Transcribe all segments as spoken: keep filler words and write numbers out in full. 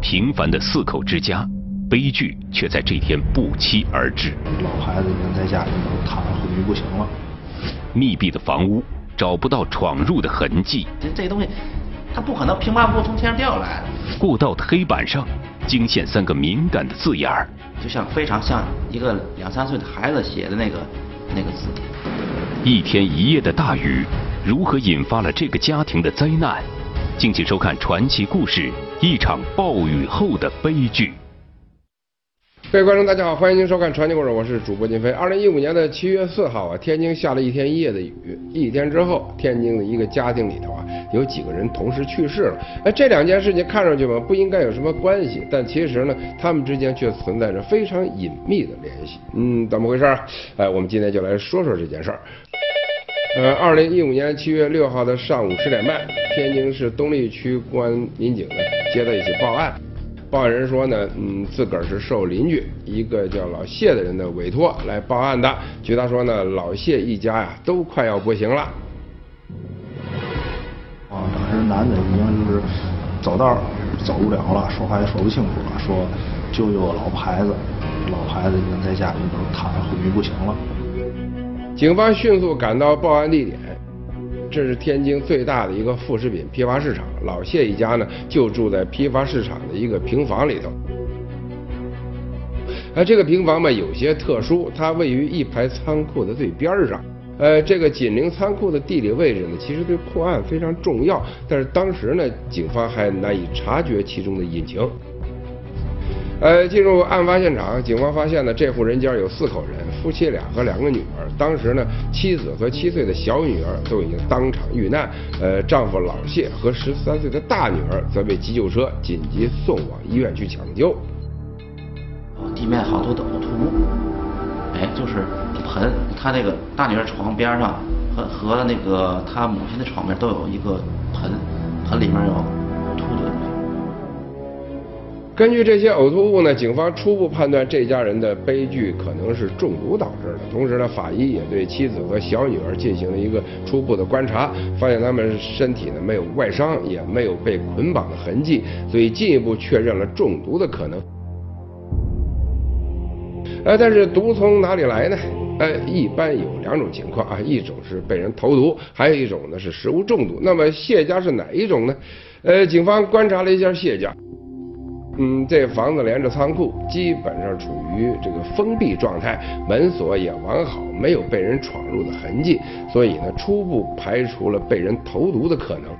平凡的四口之家，悲剧却在这天不期而至。 老孩子已经在家里都躺着昏迷不醒了。 密闭的房屋找不到闯入的痕迹， 这这东西，它不可能平白无故从天上掉下来。 过道的黑板上惊现三个敏感的字眼儿， 就像非常像一个两三岁的孩子写的那个那个字。 一天一夜的大雨，如何引发了这个家庭的灾难？敬请收看传奇故事：一场暴雨后的悲剧。 各位观众，大家好，欢迎您收看传奇故事，我是主播金飞。二零一五年的七月四号啊，天津下了一天一夜的雨。一天之后，天津的一个家庭里头啊，有几个人同时去世了。哎，这两件事情看上去嘛，不应该有什么关系，但其实呢，他们之间却存在着非常隐秘的联系。嗯，怎么回事？哎，我们今天就来说说这件事儿。呃，二零一五年七月六号的上午十点半，天津市东丽区公安民警呢接到一起报案。报案人说呢，嗯，自个儿是受邻居一个叫老谢的人的委托来报案的。据他说呢，老谢一家呀都快要不行了。 啊，当时男的已经就是走道走不了了，说话也说不清楚了，说救救老婆孩子，老孩子已经在家里都躺着昏迷不醒了。 警方迅速赶到报案地点。这是天津最大的一个副食品批发市场，老谢一家呢就住在批发市场的一个平房里头。而这个平房嘛有些特殊，它位于一排仓库的最边上。呃，这个紧邻仓库的地理位置呢，其实对破案非常重要，但是当时呢，警方还难以察觉其中的隐情。呃，进入案发现场，警方发现呢，这户人家有四口人，夫妻俩和两个女儿。当时呢，妻子和七岁的小女儿都已经当场遇难，呃，丈夫老谢和十三岁的大女儿则被急救车紧急送往医院去抢救。 地面好多的呕吐物，哎，就是盆，他那个大女儿床边上和和那个他母亲的床边都有一个盆，盆里面有呕吐的东西。 根据这些呕吐物呢，警方初步判断这家人的悲剧可能是中毒导致的。同时呢，法医也对妻子和小女儿进行了一个初步的观察，发现他们身体呢没有外伤，也没有被捆绑的痕迹，所以进一步确认了中毒的可能。呃，但是毒从哪里来呢？呃，一般有两种情况啊，一种是被人投毒，还有一种呢是食物中毒。那么谢家是哪一种呢？呃，警方观察了一下谢家。嗯，这房子连着仓库，基本上处于这个封闭状态，门锁也完好，没有被人闯入的痕迹，所以呢，初步排除了被人投毒的可能。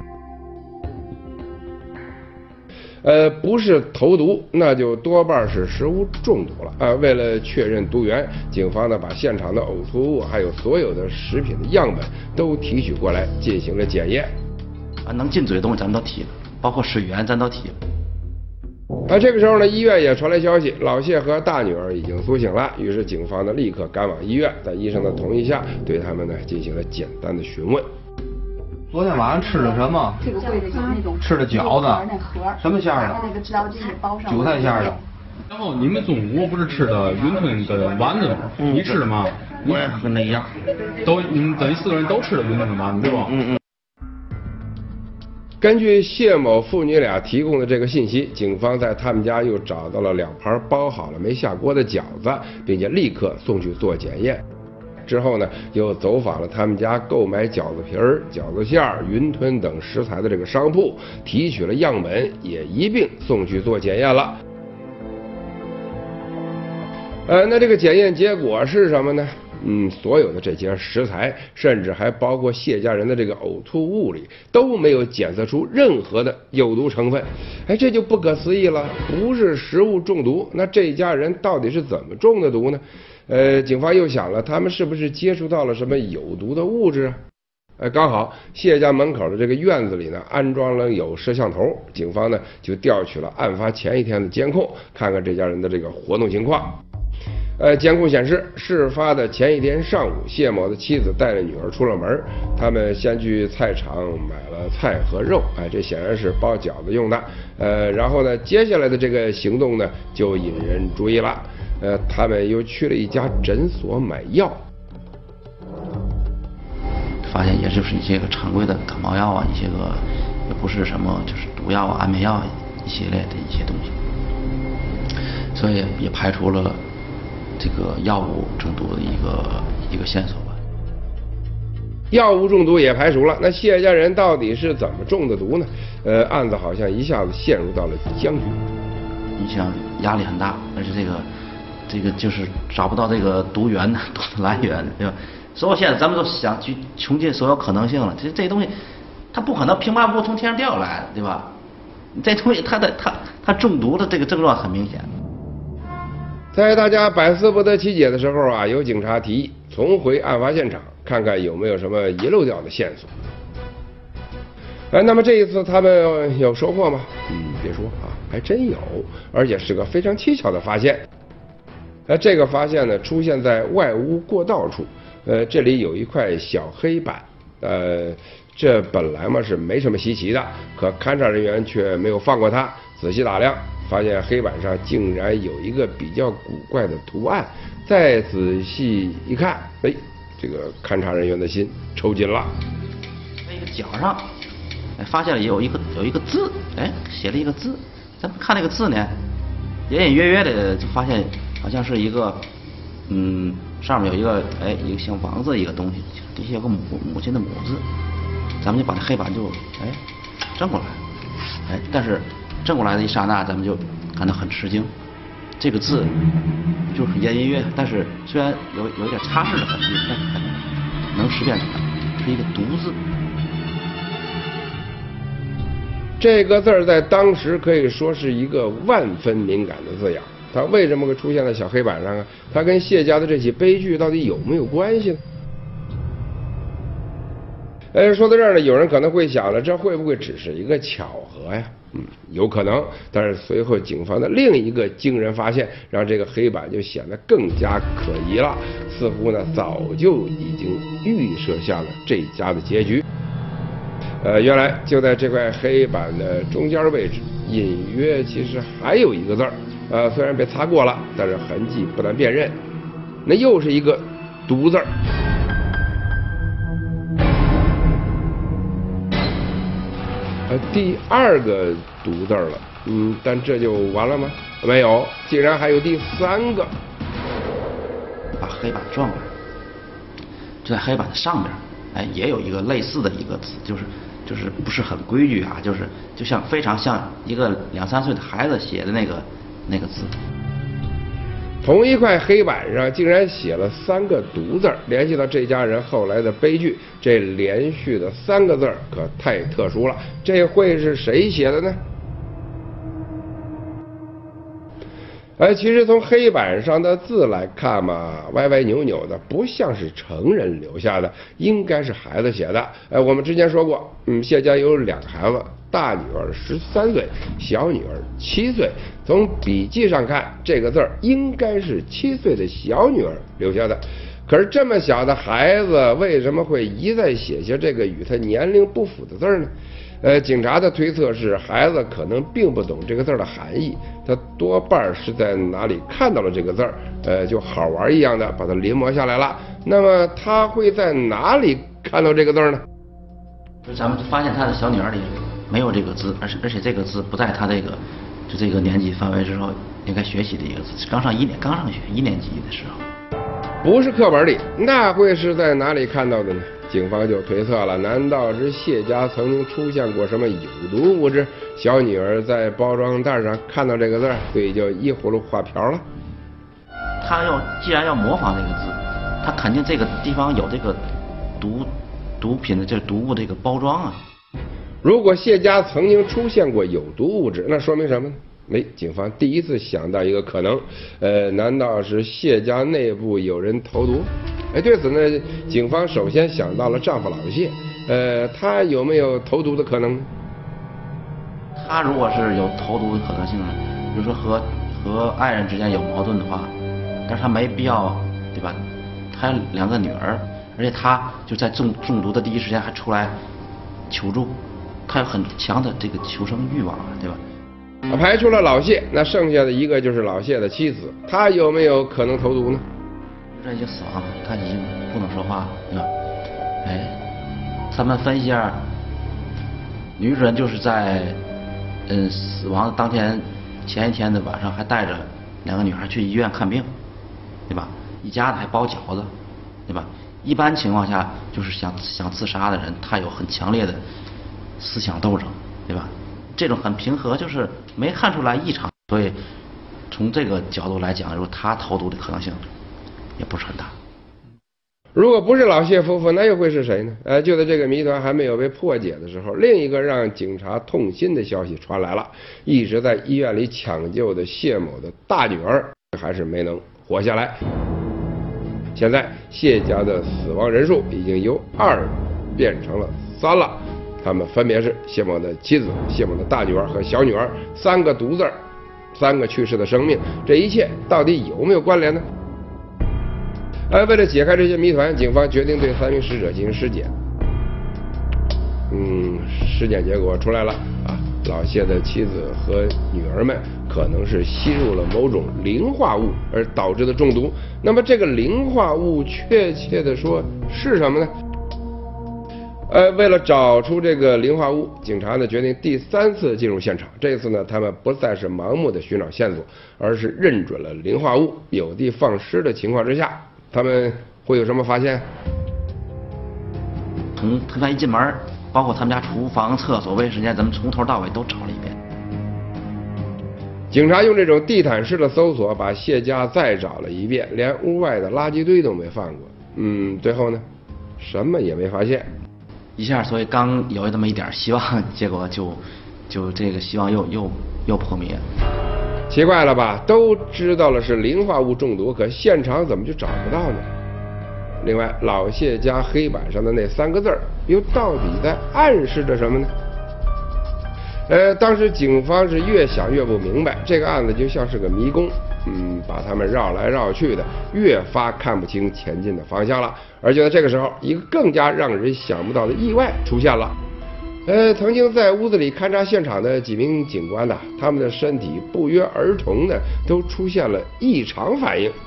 呃，不是投毒，那就多半是食物中毒了啊！为了确认毒源，警方呢把现场的呕吐物还有所有的食品的样本都提取过来进行了检验。 啊，能进嘴的东西咱们都提了，包括水源咱都提了。 而这个时候呢，医院也传来消息，老谢和大女儿已经苏醒了。于是警方呢立刻赶往医院，在医生的同意下，对他们呢进行了简单的询问。 昨天晚上吃的什么？ 这个柜子有那种吃的饺子， 那盒什么馅儿的？ 那个知道这个包上韭菜馅儿的。 然后你们中午不是吃的云吞跟丸子吗？嗯、你吃的吗？ 我也跟那一样， 都你们等于四个人都吃的云吞跟丸子，对吧？嗯嗯。 根据谢某父女俩提供的这个信息，警方在他们家又找到了两盘包好了没下锅的饺子，并且立刻送去做检验。之后呢，又走访了他们家购买饺子皮儿、饺子馅儿、云吞等食材的这个商铺，提取了样本，也一并送去做检验了。呃，那这个检验结果是什么呢？嗯，所有的这些食材，甚至还包括谢家人的这个呕吐物里，都没有检测出任何的有毒成分。哎，这就不可思议了，不是食物中毒，那这家人到底是怎么中的毒呢？呃，警方又想了，他们是不是接触到了什么有毒的物质啊？呃，刚好谢家门口的这个院子里呢，安装了有摄像头，警方呢就调取了案发前一天的监控，看看这家人的这个活动情况。呃，监控显示，事发的前一天上午，谢某的妻子带着女儿出了门，他们先去菜场买了菜和肉，哎，这显然是包饺子用的。呃，然后呢，接下来的这个行动呢，就引人注意了。呃，他们又去了一家诊所买药， 发现也就是一些个常规的感冒药啊，一些个也不是什么就是毒药啊、安眠药一系列的一些东西。 所以也排除了这个药物中毒的一个一个线索吧。 药物中毒也排除了，那谢家人到底是怎么中的毒呢？呃，案子好像一下子陷入到了僵局。 你想压力很大，而且这个这个就是找不到这个毒源的毒的来源，对吧？所有现在咱们都想去穷尽所有可能性了，这这东西它不可能平白无故从天上掉下来的，对吧？这东西它的它它中毒的这个症状很明显。 在大家百思不得其解的时候啊，有警察提议重回案发现场，看看有没有什么遗漏掉的线索。哎，那么这一次他们有收获吗？嗯，别说啊，还真有，而且是个非常蹊跷的发现。呃，这个发现呢，出现在外屋过道处，呃，这里有一块小黑板，呃，这本来嘛是没什么稀奇的，可勘察人员却没有放过它，仔细打量，发现黑板上竟然有一个比较古怪的图案。再仔细一看，哎，这个勘察人员的心抽筋了。 那个角上，哎，发现了有一个有一个字，哎，写了一个字。咱们看那个字呢，隐隐约约的就发现好像是一个，嗯，上面有一个哎一个像王字一个东西，底下有个母母亲的母字。咱们就把这黑板就哎正过来，哎，但是正过来的一刹那，咱们就感到很吃惊，这个字就是隐隐约，但是虽然有有一点擦拭的痕迹，但是很能识别出来是一个毒字。 这个字儿在当时可以说是一个万分敏感的字眼，它为什么会出现在小黑板上啊？它跟谢家的这起悲剧到底有没有关系呢？哎，说到这儿呢，有人可能会想了，这会不会只是一个巧合呀？嗯，有可能。但是随后警方的另一个惊人发现，让这个黑板就显得更加可疑了，似乎呢早就已经预设下了这家的结局。呃，原来就在这块黑板的中间位置，隐约其实还有一个字儿，呃，虽然被擦过了，但是痕迹不难辨认，那又是一个毒字儿。呃，第二个毒字儿了，嗯，但这就完了吗？没有，竟然还有第三个。 把黑板转过来，就在黑板的上边，哎，也有一个类似的一个字，就是就是不是很规矩啊，就是就像非常像一个两三岁的孩子写的那个那个字。 同一块黑板上竟然写了三个毒字儿，联系到这家人后来的悲剧，这连续的三个字儿可太特殊了，这会是谁写的呢？哎，其实从黑板上的字来看嘛，歪歪扭扭的，不像是成人留下的，应该是孩子写的。哎，我们之前说过，嗯，谢家有两个孩子，大女儿十三岁，小女儿七岁。从笔记上看，这个字儿应该是七岁的小女儿留下的。可是这么小的孩子，为什么会一再写下这个与他年龄不符的字儿呢？呃，警察的推测是，孩子可能并不懂这个字的含义，他多半是在哪里看到了这个字儿，呃，就好玩一样的把它临摹下来了。那么他会在哪里看到这个字呢？ 就咱们发现他的小女儿里没有这个字，而且而且这个字不在他这个就这个年纪范围之后应该学习的一个字，刚上一年刚上学一年级的时候， 不是课本里，那会是在哪里看到的呢？警方就推测了，难道是谢家曾经出现过什么有毒物质？小女儿在包装袋上看到这个字，所以就一葫芦画瓢了。 他要既然要模仿这个字，他肯定这个地方有这个毒毒品的这毒物这个包装啊。 如果谢家曾经出现过有毒物质，那说明什么呢？哎，警方第一次想到一个可能，呃，难道是谢家内部有人投毒？哎，对此呢，警方首先想到了丈夫老谢，呃，他有没有投毒的可能？ 他如果是有投毒的可能性，比如说和和爱人之间有矛盾的话，但是他没必要，对吧？他有两个女儿，而且他就在中中毒的第一时间还出来求助，他有很强的这个求生欲望，对吧？ 排除了老谢，那剩下的一个就是老谢的妻子，她有没有可能投毒呢？ 这已经死亡了，他已经不能说话了，对吧？哎，咱们分析一下，女主人就是在嗯死亡当天前一天的晚上还带着两个女孩去医院看病，对吧？一家子还包饺子，对吧？一般情况下，就是想想自杀的人，他有很强烈的思想斗争，对吧？这种很平和，就是没看出来异常，所以从这个角度来讲，如果他投毒的可能性也不是很大。 如果不是老谢夫妇，那又会是谁呢？呃，就在这个谜团还没有被破解的时候，另一个让警察痛心的消息传来了：一直在医院里抢救的谢某的大女儿还是没能活下来。现在谢家的死亡人数已经由二变成了三了，他们分别是谢某的妻子、谢某的大女儿和小女儿，三个独子儿，三个去世的生命，这一切到底有没有关联呢？而为了解开这些谜团，警方决定对三名死者进行尸检。嗯，尸检结果出来了啊，老谢的妻子和女儿们可能是吸入了某种磷化物而导致的中毒。那么这个磷化物确切的说是什么呢？呃，为了找出这个磷化物，警察呢决定第三次进入现场。这次呢，他们不再是盲目的寻找线索，而是认准了磷化物有的放矢的情况之下，他们会有什么发现？ 从他家一进门，包括他们家厨房、厕所、卫生间，咱们从头到尾都找了一遍。 警察用这种地毯式的搜索，把谢家再找了一遍，连屋外的垃圾堆都没放过。嗯，最后呢，什么也没发现。 一下，所以刚有那么一点希望，结果就就这个希望又又又破灭。 奇怪了吧？都知道了是磷化物中毒，可现场怎么就找不到呢？另外，老谢家黑板上的那三个字儿，又到底在暗示着什么呢？呃，当时警方是越想越不明白，这个案子就像是个迷宫，嗯，把他们绕来绕去的，越发看不清前进的方向了。而就在这个时候，一个更加让人想不到的意外出现了。呃，曾经在屋子里勘察现场的几名警官呢，他们的身体不约而同的都出现了异常反应。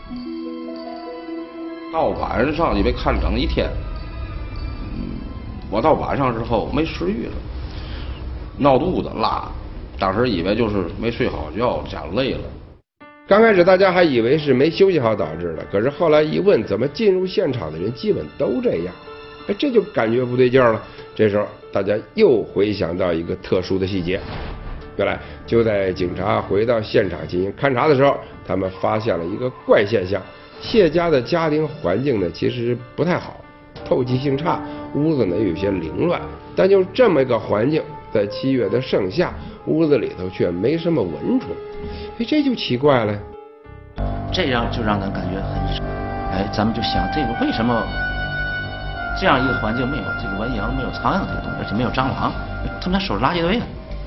到晚上你被看整一天，嗯，我到晚上之后没食欲了，闹肚子拉，当时以为就是没睡好觉加累了。 刚开始大家还以为是没休息好导致的，可是后来一问，怎么进入现场的人基本都这样，哎，这就感觉不对劲了。这时候大家又回想到一个特殊的细节，原来就在警察回到现场进行勘查的时候，他们发现了一个怪现象。谢家的家庭环境呢其实不太好，透气性差，屋子呢有些凌乱，但就这么一个环境，在七月的盛夏，屋子里头却没什么蚊虫，哎，这就奇怪了。 这样就让人感觉很异常。哎，咱们就想这个为什么这样一个环境没有这个蚊蝇、没有苍蝇这个东西，而且没有蟑螂，他们在收拾垃圾堆啊。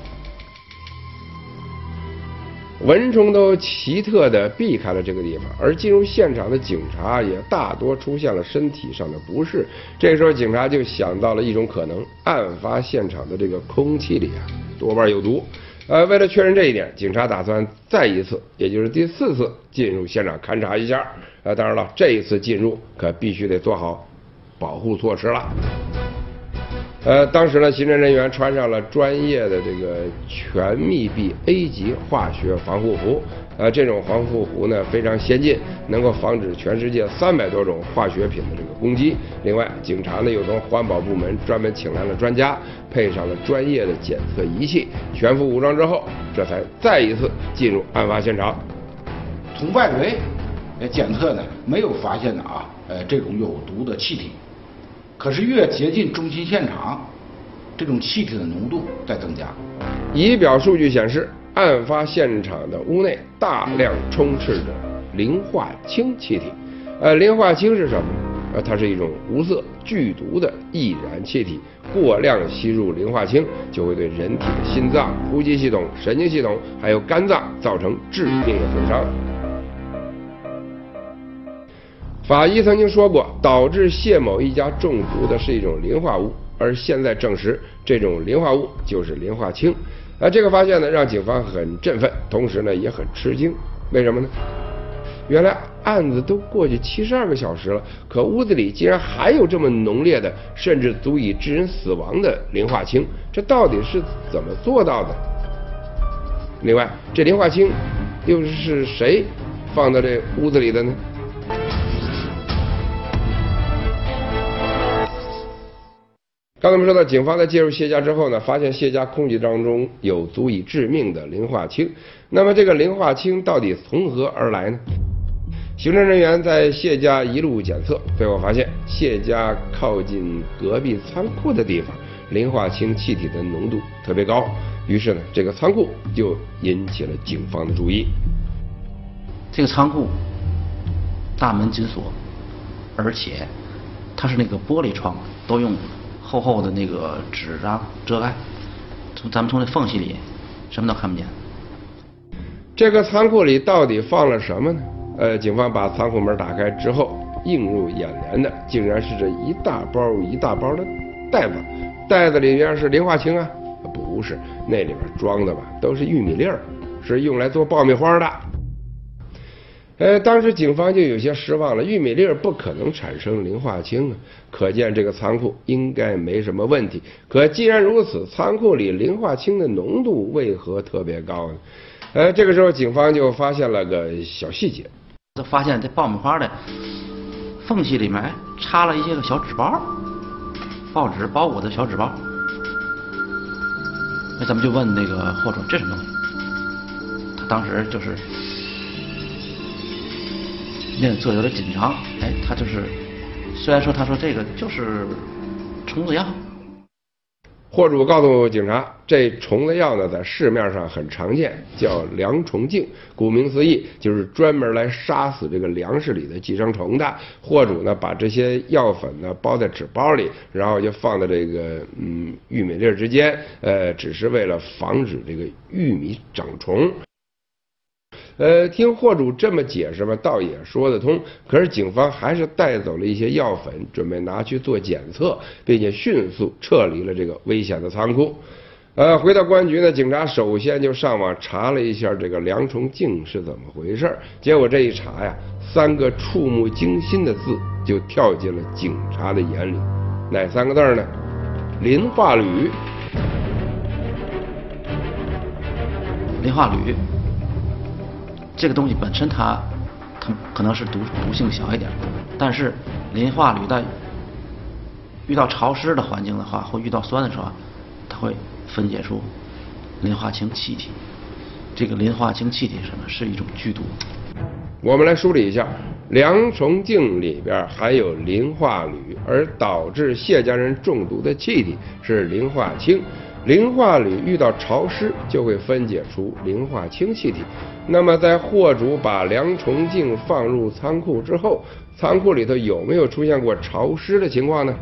蚊虫都奇特地避开了这个地方，而进入现场的警察也大多出现了身体上的不适。这时候警察就想到了一种可能，案发现场的这个空气里啊多半有毒。呃，为了确认这一点，警察打算再一次，也就是第四次进入现场勘察一下。呃，当然了，这一次进入可必须得做好保护措施了。呃，当时呢，行政人员穿上了专业的这个全密闭 A 级化学防护服。呃，这种防护服呢非常先进，能够防止全世界三百多种化学品的这个攻击。另外，警察呢又从环保部门专门请来了专家，配上了专业的检测仪器，全副武装之后，这才再一次进入案发现场。 从外围呃检测呢，没有发现呢啊，呃这种有毒的气体。可是越接近中心现场，这种气体的浓度在增加。 仪表数据显示，案发现场的屋内大量充斥着磷化氢气体。呃，磷化氢是什么呢？呃，它是一种无色、剧毒的易燃气体。过量吸入磷化氢，就会对人体的心脏、呼吸系统、神经系统还有肝脏造成致命的损伤。法医曾经说过，导致谢某一家中毒的是一种磷化物，而现在证实，这种磷化物就是磷化氢。而这个发现呢，让警方很振奋，同时呢也很吃惊。为什么呢？原来案子都过去七十二个小时了，可屋子里竟然还有这么浓烈的，甚至足以致人死亡的磷化氢，这到底是怎么做到的？另外，这磷化氢又是谁放到这屋子里的呢？刚才我们说到，警方在介入谢家之后呢，发现谢家空气当中有足以致命的磷化氢。那么这个磷化氢到底从何而来呢？刑侦人员在谢家一路检测，最后发现谢家靠近隔壁仓库的地方，磷化氢气体的浓度特别高。于是呢，这个仓库就引起了警方的注意。 这个仓库大门紧锁，而且它是那个玻璃窗，都用厚厚的那个纸张遮盖，从咱们从那缝隙里什么都看不见。 这个仓库里到底放了什么呢？呃，警方把仓库门打开之后，映入眼帘的竟然是这一大包一大包的袋子，袋子里边是磷化氢啊？不是，那里边装的吧都是玉米粒儿，是用来做爆米花的。呃，当时警方就有些失望了，玉米粒儿不可能产生磷化氢啊，可见这个仓库应该没什么问题。可既然如此，仓库里磷化氢的浓度为何特别高呢？呃，这个时候警方就发现了个小细节， 就发现这爆米花的缝隙里面哎插了一些个小纸包，报纸包裹的小纸包。那咱们就问那个货主这什么东西？他当时就是面色有点紧张，哎，他就是虽然说他说这个就是虫子药。 货主告诉警察，这虫子药呢在市面上很常见，叫良虫镜，顾名思义就是专门来杀死这个粮食里的寄生虫的。货主呢把这些药粉呢包在纸包里，然后就放在这个嗯玉米粒之间，呃，只是为了防止这个玉米长虫。呃，听货主这么解释吧，倒也说得通。可是警方还是带走了一些药粉，准备拿去做检测，并且迅速撤离了这个危险的仓库。呃，回到公安局呢，警察首先就上网查了一下这个良虫镜是怎么回事。结果这一查呀，三个触目惊心的字就跳进了警察的眼里，哪三个字呢？磷化铝。 磷化铝。这个东西本身它它可能是毒毒性小一点，但是磷化铝在遇到潮湿的环境的话，或遇到酸的时候，它会分解出磷化氢气体。这个磷化氢气体是什么？是一种剧毒。 我们来梳理一下，良虫镜里边含有磷化铝，而导致谢家人中毒的气体是磷化氢。磷化铝遇到潮湿就会分解出磷化氢气体。那么在货主把良虫镜放入仓库之后，仓库里头有没有出现过潮湿的情况呢？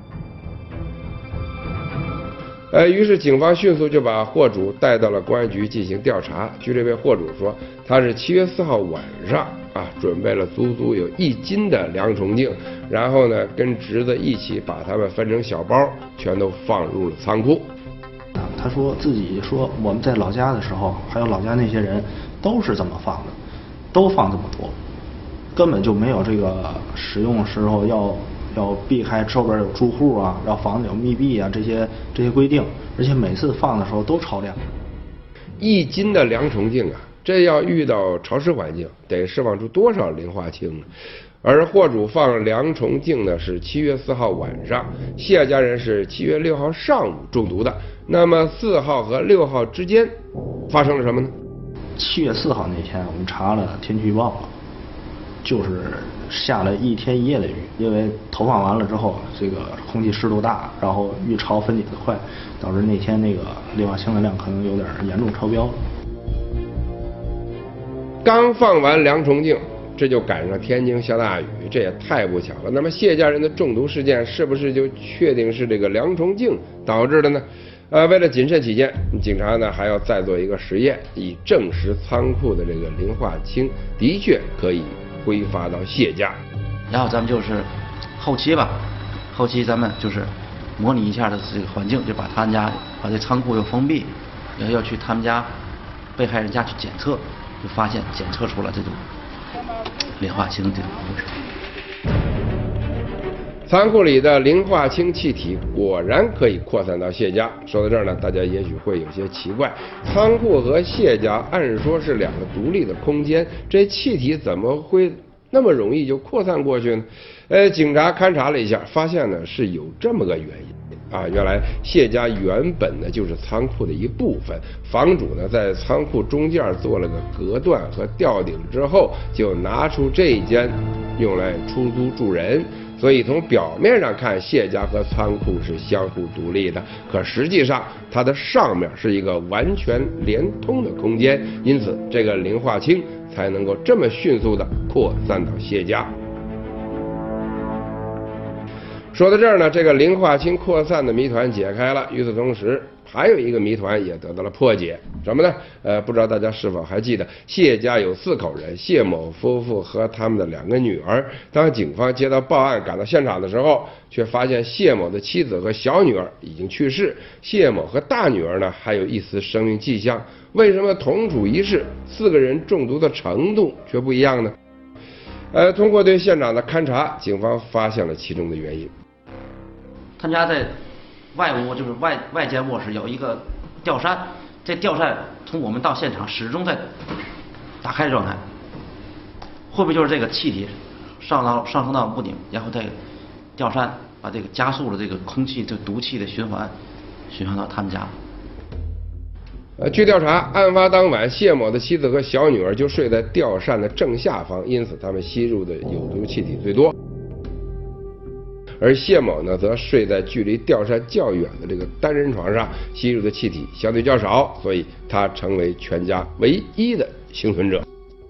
呃，于是警方迅速就把货主带到了公安局进行调查。据这位货主说，他是七月四号晚上啊，准备了足足有一斤的良虫镜，然后呢跟侄子一起把它们分成小包，全都放入了仓库。 他说自己说我们在老家的时候，还有老家那些人都是这么放的，都放这么多，根本就没有这个使用的时候要要避开周边有住户啊，要房子有密闭啊这些这些规定，而且每次放的时候都超量。 一斤的良虫镜啊，这要遇到潮湿环境，得释放出多少磷化氢呢？而货主放良虫镜呢是七月四号晚上，谢家人是七月六号上午中毒的。那么四号和六号之间发生了什么呢？ 七月四号那天我们查了天气预报了，就是下了一天一夜的雨，因为投放完了之后，这个空气湿度大，然后遇潮分解的快，导致那天那个磷化氢的量可能有点严重超标了。 刚放完良虫镜，这就赶上天津下大雨，这也太不巧了。那么谢家人的中毒事件是不是就确定是这个良虫镜导致的呢？呃，为了谨慎起见，警察呢还要再做一个实验，以证实仓库的这个磷化氢的确可以挥发到谢家。 然后咱们就是后期吧，后期咱们就是模拟一下的这个环境，就把他们家把这仓库又封闭，然后要去他们家被害人家去检测，就发现检测出了这种磷化氢这种物质。 仓库里的磷化氢气体果然可以扩散到谢家。说到这儿呢，大家也许会有些奇怪，仓库和谢家按说是两个独立的空间，这气体怎么会那么容易就扩散过去呢？呃，警察勘察了一下，发现呢是有这么个原因啊，原来谢家原本呢就是仓库的一部分，房主呢在仓库中间做了个隔断和吊顶之后，就拿出这一间用来出租住人。所以从表面上看，谢家和仓库是相互独立的，可实际上它的上面是一个完全连通的空间，因此这个磷化氢才能够这么迅速地扩散到谢家。说到这儿呢，这个磷化氢扩散的谜团解开了。与此同时，还有一个谜团也得到了破解，什么呢？呃，不知道大家是否还记得，谢家有四口人，谢某夫妇和他们的两个女儿。当警方接到报案赶到现场的时候，却发现谢某的妻子和小女儿已经去世，谢某和大女儿呢还有一丝生命迹象。为什么同处一室，四个人中毒的程度却不一样呢？呃，通过对现场的勘查，警方发现了其中的原因。 他家在外屋，就是外外间卧室有一个吊扇，这吊扇从我们到现场始终在打开的状态，会不会就是这个气体上到上升到屋顶，然后再吊扇把这个加速了这个空气这毒气的循环，循环到他们家？ 呃，据调查，案发当晚，谢某的妻子和小女儿就睡在吊扇的正下方，因此他们吸入的有毒气体最多。而谢某呢，则睡在距离吊扇较远的这个单人床上，吸入的气体相对较少，所以他成为全家唯一的幸存者。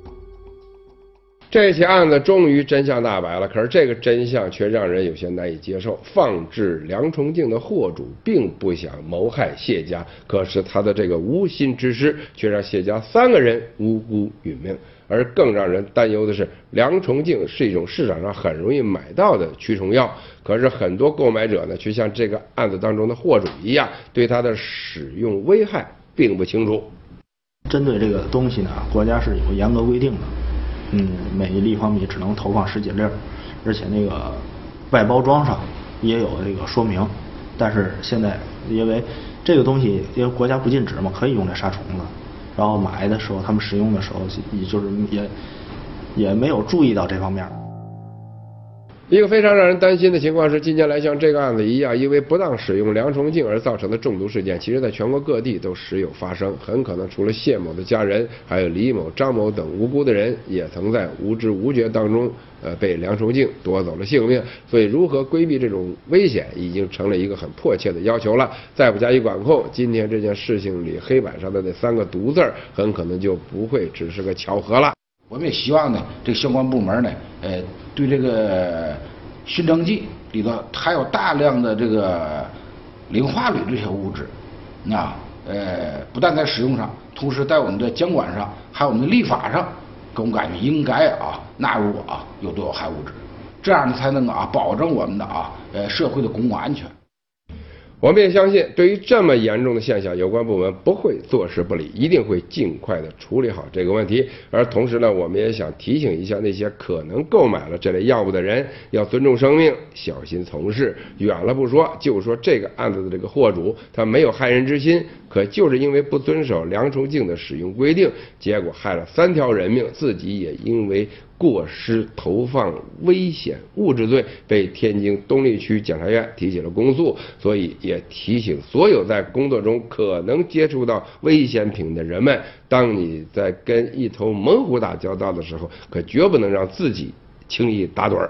这起案子终于真相大白了，可是这个真相却让人有些难以接受。放置梁重敬的货主并不想谋害谢家，可是他的这个无心之失却让谢家三个人无辜殒命。而更让人担忧的是，梁重敬是一种市场上很容易买到的驱虫药，可是很多购买者呢，却像这个案子当中的货主一样，对它的使用危害并不清楚。 针对这个东西呢，国家是有严格规定的，嗯，每一立方米只能投放十几粒，而且那个外包装上也有这个说明。但是现在因为这个东西，因为国家不禁止嘛，可以用来杀虫子。然后买的时候，他们使用的时候，也就是也也没有注意到这方面。 一个非常让人担心的情况是，近年来像这个案子一样，因为不当使用梁重敬而造成的中毒事件，其实在全国各地都时有发生。很可能除了谢某的家人，还有李某、张某等无辜的人，也曾在无知无觉当中，呃，被梁重敬夺走了性命。所以，如何规避这种危险，已经成了一个很迫切的要求了。再不加以管控，今天这件事情里黑板上的那三个毒字儿，很可能就不会只是个巧合了。 我们也希望呢，这个相关部门呢，呃，对这个熏蒸剂里头含有大量的这个磷化铝这些物质，啊，呃，不但在使用上，同时在我们的监管上，还有我们的立法上，给我们感觉应该啊纳入啊有毒有害物质，这样才能啊保证我们的啊呃社会的公共安全。 我们也相信，对于这么严重的现象，有关部门不会坐视不理，一定会尽快的处理好这个问题。而同时呢，我们也想提醒一下那些可能购买了这类药物的人，要尊重生命，小心从事。远了不说，就说这个案子的这个货主，他没有害人之心，可就是因为不遵守梁重敬的使用规定，结果害了三条人命，自己也因为过失投放危险物质罪被天津东丽区检察院提起了公诉。所以也提醒所有在工作中可能接触到危险品的人们，当你在跟一头猛虎打交道的时候，可绝不能让自己轻易打盹儿。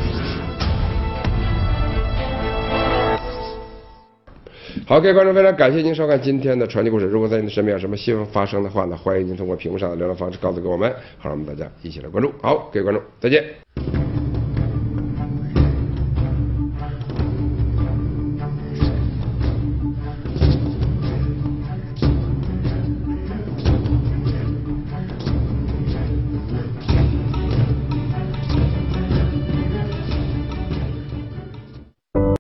好，各位观众，非常感谢您收看今天的传奇故事。如果在您的身边有什么新闻发生的话呢，欢迎您通过屏幕上的联络方式告诉给我们，好让我们大家一起来关注。好，各位观众，再见。